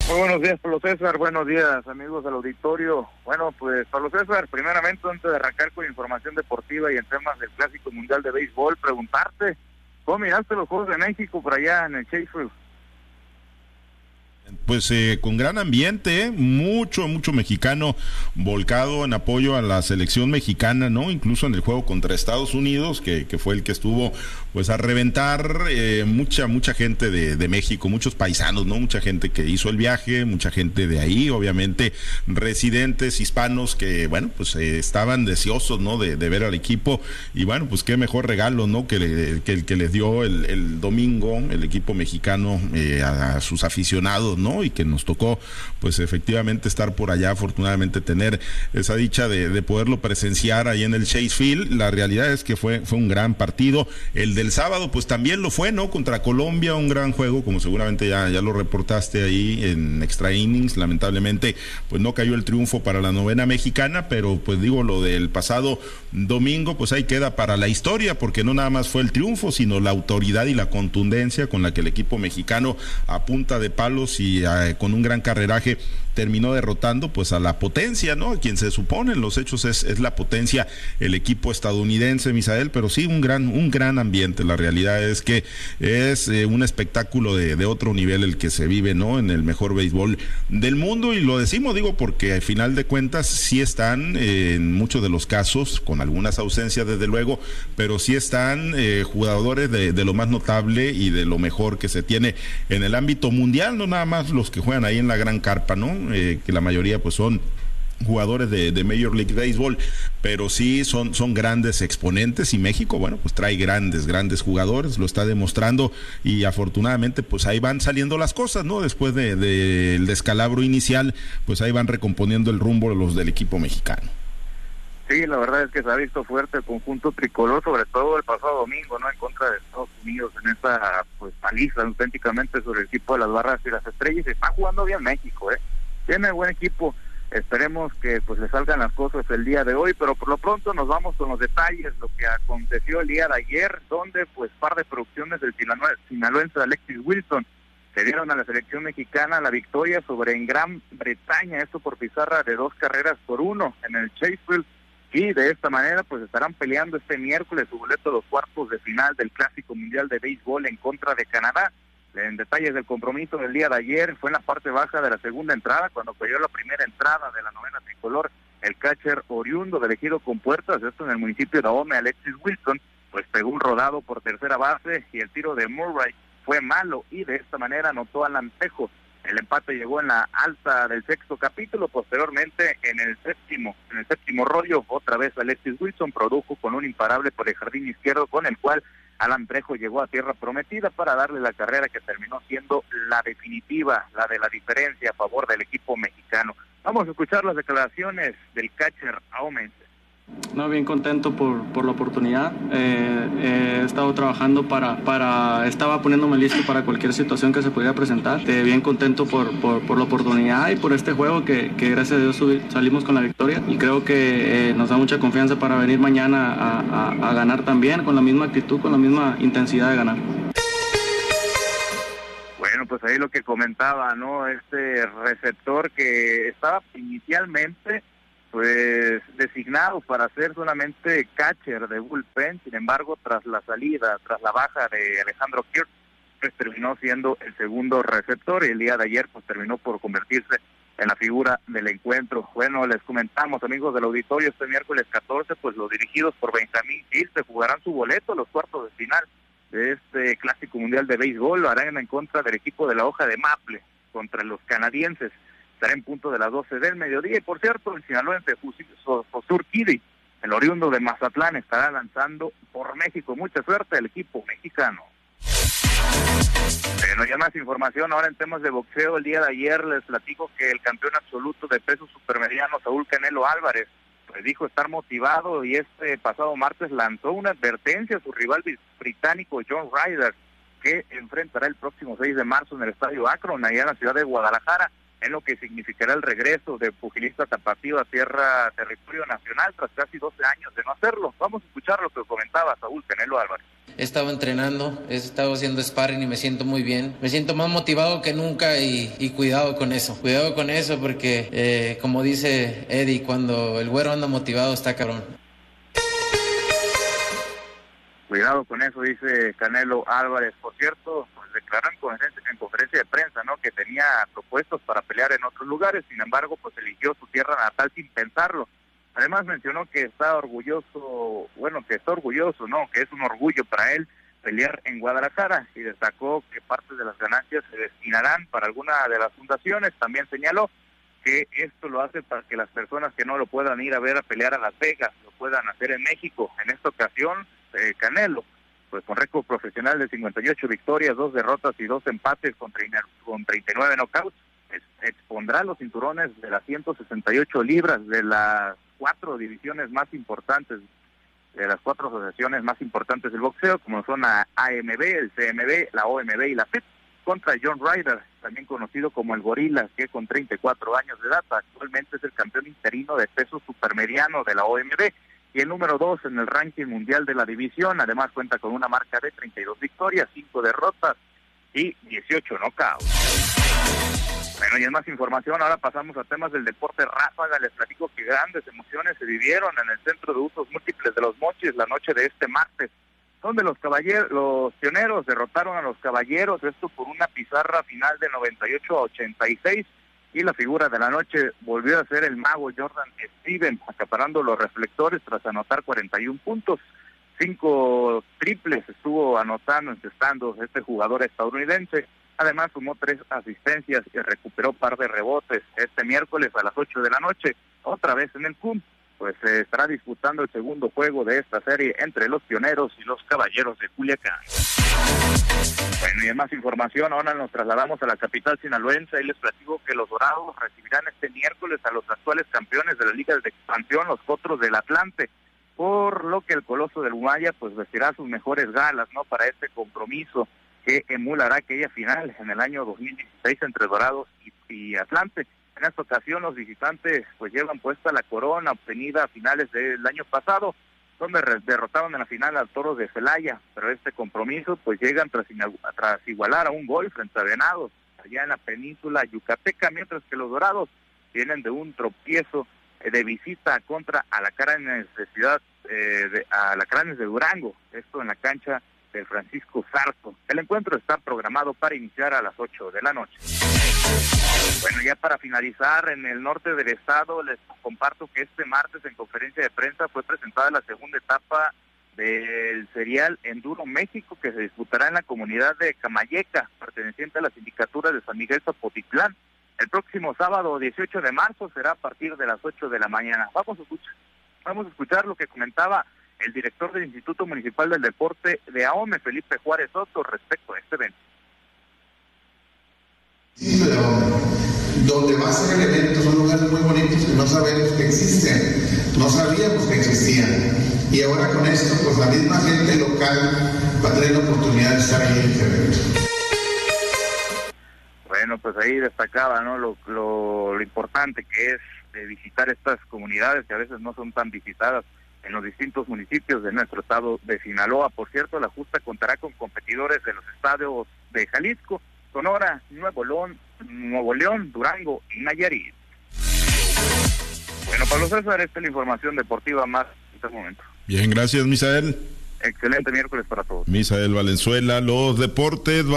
Muy buenos días, Pablo César. Buenos días, amigos del auditorio. Bueno, pues, Pablo César, primeramente, antes de arrancar con información deportiva y en temas del Clásico Mundial de Béisbol, preguntarte, ¿cómo miraste los Juegos de México por allá en el Chase Field? Pues con gran ambiente, mucho mexicano volcado en apoyo a la selección mexicana, ¿no? Incluso en el juego contra Estados Unidos, que fue el que estuvo pues a reventar, mucha gente de México, muchos paisanos, ¿no? Mucha gente que hizo el viaje, mucha gente de ahí, obviamente residentes hispanos que, bueno, pues estaban deseosos, ¿no? De ver al equipo, y bueno, pues qué mejor regalo, ¿no? Que el que les dio el domingo el equipo mexicano a sus aficionados, ¿no? Y que nos tocó pues efectivamente estar por allá, afortunadamente tener esa dicha de poderlo presenciar ahí en el Chase Field. La realidad es que fue un gran partido. El del sábado pues también lo fue, ¿no? Contra Colombia, un gran juego, como seguramente ya lo reportaste ahí en Extra Innings. Lamentablemente pues no cayó el triunfo para la novena mexicana, pero pues digo, lo del pasado domingo pues ahí queda para la historia, porque no nada más fue el triunfo, sino la autoridad y la contundencia con la que el equipo mexicano, a punta de palos y con un gran carreraje, terminó derrotando pues a la potencia, ¿no? A quien se supone en los hechos es la potencia, el equipo estadounidense, Misael, pero sí un gran ambiente. La realidad es que es un espectáculo de otro nivel el que se vive, ¿no? En el mejor béisbol del mundo, y lo decimos, digo, porque al final de cuentas sí están en muchos de los casos, con algunas ausencias desde luego, pero sí están jugadores de lo más notable y de lo mejor que se tiene en el ámbito mundial, no nada más los que juegan ahí en la gran carpa, ¿no? Que la mayoría pues son jugadores de Major League Baseball, pero sí son grandes exponentes, y México, bueno, pues trae grandes jugadores, lo está demostrando, y afortunadamente pues ahí van saliendo las cosas, ¿no? Después del descalabro inicial, pues ahí van recomponiendo el rumbo los del equipo mexicano. Sí, la verdad es que se ha visto fuerte el conjunto tricolor, sobre todo el pasado domingo, ¿no? En contra de Estados Unidos, en esa pues paliza auténticamente sobre el equipo de las Barras y las Estrellas. Está jugando bien México, tiene buen equipo. Esperemos que pues le salgan las cosas el día de hoy, pero por lo pronto nos vamos con los detalles, lo que aconteció el día de ayer, donde pues par de producciones del sinaloense Alexis Wilson se dieron a la selección mexicana la victoria sobre en Gran Bretaña, esto por pizarra de 2-1 en el Chase Field. Y de esta manera pues estarán peleando este miércoles su boleto a los cuartos de final del Clásico Mundial de Béisbol en contra de Canadá. En detalles del compromiso del día de ayer, fue en la parte baja de la segunda entrada, cuando cayó la primera entrada de la novena tricolor, el catcher oriundo del Ejido Compuertas, esto en el municipio de Ahome, Alexis Wilson, pues pegó un rodado por tercera base y el tiro de Murray fue malo, y de esta manera anotó Alan Tejo. El empate llegó en la alta del sexto capítulo. Posteriormente en el séptimo rollo, otra vez Alexis Wilson produjo con un imparable por el jardín izquierdo, con el cual Alan Trejo llegó a tierra prometida para darle la carrera que terminó siendo la definitiva, la de la diferencia a favor del equipo mexicano. Vamos a escuchar las declaraciones del catcher ahumense. No, bien contento por la oportunidad. He estado trabajando estaba poniéndome listo para cualquier situación que se pudiera presentar. Bien contento por la oportunidad y por este juego que gracias a Dios salimos con la victoria, y creo que nos da mucha confianza para venir mañana a ganar también, con la misma actitud, con la misma intensidad de ganar. Bueno, pues ahí lo que comentaba, ¿no? Este receptor que estaba inicialmente pues designado para ser solamente catcher de bullpen, sin embargo tras la baja de Alejandro Kirk, pues terminó siendo el segundo receptor, y el día de ayer pues terminó por convertirse en la figura del encuentro. Bueno, les comentamos, amigos del auditorio, este miércoles 14, pues los dirigidos por Benjamín Gil se jugarán su boleto a los cuartos de final de este Clásico Mundial de Béisbol. Lo harán en contra del equipo de la hoja de Maple, contra los canadienses. Estará en punto de las 12 del mediodía, y por cierto, el sinaloense Josur Kiri, el oriundo de Mazatlán, estará lanzando por México. Mucha suerte al equipo mexicano. Bueno, ya más información ahora en temas de boxeo. El día de ayer les platico que el campeón absoluto de peso supermediano, Saúl Canelo Álvarez, pues dijo estar motivado, y este pasado martes lanzó una advertencia a su rival británico John Ryder, que enfrentará el próximo 6 de marzo en el Estadio Akron, allá en la ciudad de Guadalajara. en lo que significará el regreso de pugilista tapatío a territorio nacional tras casi 12 años de no hacerlo. Vamos a escuchar lo que comentaba Saúl Canelo Álvarez. He estado entrenando, he estado haciendo sparring y me siento muy bien. Me siento más motivado que nunca y cuidado con eso. Cuidado con eso porque, como dice Eddie, cuando el güero anda motivado está cabrón. Cuidado con eso, dice Canelo Álvarez. Por cierto, pues declaró en conferencia de prensa, ¿no?, que tenía propuestos para pelear en otros lugares. Sin embargo, pues eligió su tierra natal sin pensarlo. Además mencionó que está orgulloso, ¿no?, que es un orgullo para él pelear en Guadalajara, y destacó que parte de las ganancias se destinarán para alguna de las fundaciones. También señaló que esto lo hace para que las personas que no lo puedan ir a ver a pelear a Las Vegas lo puedan hacer en México. En esta ocasión, Canelo, pues con récord profesional de 58 victorias, 2 derrotas y 2 empates con 39 knockouts, expondrá los cinturones de las 168 libras de las 4 divisiones más importantes, de las 4 asociaciones más importantes del boxeo, como son la AMB, el CMB, la OMB y la FIP, contra John Ryder, también conocido como el Gorila, que con 34 años de edad actualmente es el campeón interino de peso supermediano de la OMB y el número 2 en el ranking mundial de la división. Además cuenta con una marca de 32 victorias, 5 derrotas y 18 knockouts. Bueno, y en más información, ahora pasamos a temas del deporte ráfaga. Les platico que grandes emociones se vivieron en el Centro de Usos Múltiples de Los Mochis la noche de este martes, donde los pioneros derrotaron a los caballeros, esto por una pizarra final de 98-86, y la figura de la noche volvió a ser el mago Jordan Stevens, acaparando los reflectores tras anotar 41 puntos. 5 triples estuvo anotando, encestando este jugador estadounidense. Además sumó 3 asistencias y recuperó par de rebotes. Este miércoles a las 8 de la noche, otra vez en el CUM, pues se estará disputando el segundo juego de esta serie entre los pioneros y los caballeros de Culiacán. Bueno, y en más información, ahora nos trasladamos a la capital sinaloense y les platico que los Dorados recibirán este miércoles a los actuales campeones de la Liga de Expansión, los Potros del Atlante, por lo que el Coloso del Humaya pues vestirá sus mejores galas, ¿no?, para este compromiso que emulará aquella final en el año 2016 entre Dorados y Atlante. En esta ocasión los visitantes pues llevan puesta la corona obtenida a finales del año pasado, donde derrotaron en la final al Toros de Celaya, pero este compromiso pues llegan tras igualar a un gol frente a Venados, allá en la península yucateca, mientras que los Dorados vienen de un tropiezo de visita contra Alacranes Alacranes de Durango, esto en la cancha del Francisco Zarzo. El encuentro está programado para iniciar a las 8 de la noche. Bueno, ya para finalizar, en el norte del estado les comparto que este martes en conferencia de prensa fue presentada la segunda etapa del Serial Enduro México, que se disputará en la comunidad de Camayeca, perteneciente a la sindicatura de San Miguel Zapotitlán. El próximo sábado 18 de marzo será a partir de las 8 de la mañana. Vamos a escuchar lo que comentaba el director del Instituto Municipal del Deporte de AOME, Felipe Juárez Soto, respecto a este evento. Sí, de AOME, donde va a ser el evento, son lugares muy bonitos que no sabemos que existen, no sabíamos que existían, y ahora con esto, pues la misma gente local va a tener la oportunidad de estar ahí en este evento. Bueno, pues ahí destacaba, ¿no?, lo importante que es visitar estas comunidades que a veces no son tan visitadas en los distintos municipios de nuestro estado de Sinaloa. Por cierto, la justa contará con competidores de los estados de Jalisco, Sonora, Nuevo León, Durango y Nayarit. Bueno, Pablo César, esta es la información deportiva más en este momento. Bien, gracias, Misael. Excelente miércoles para todos. Misael Valenzuela, los deportes.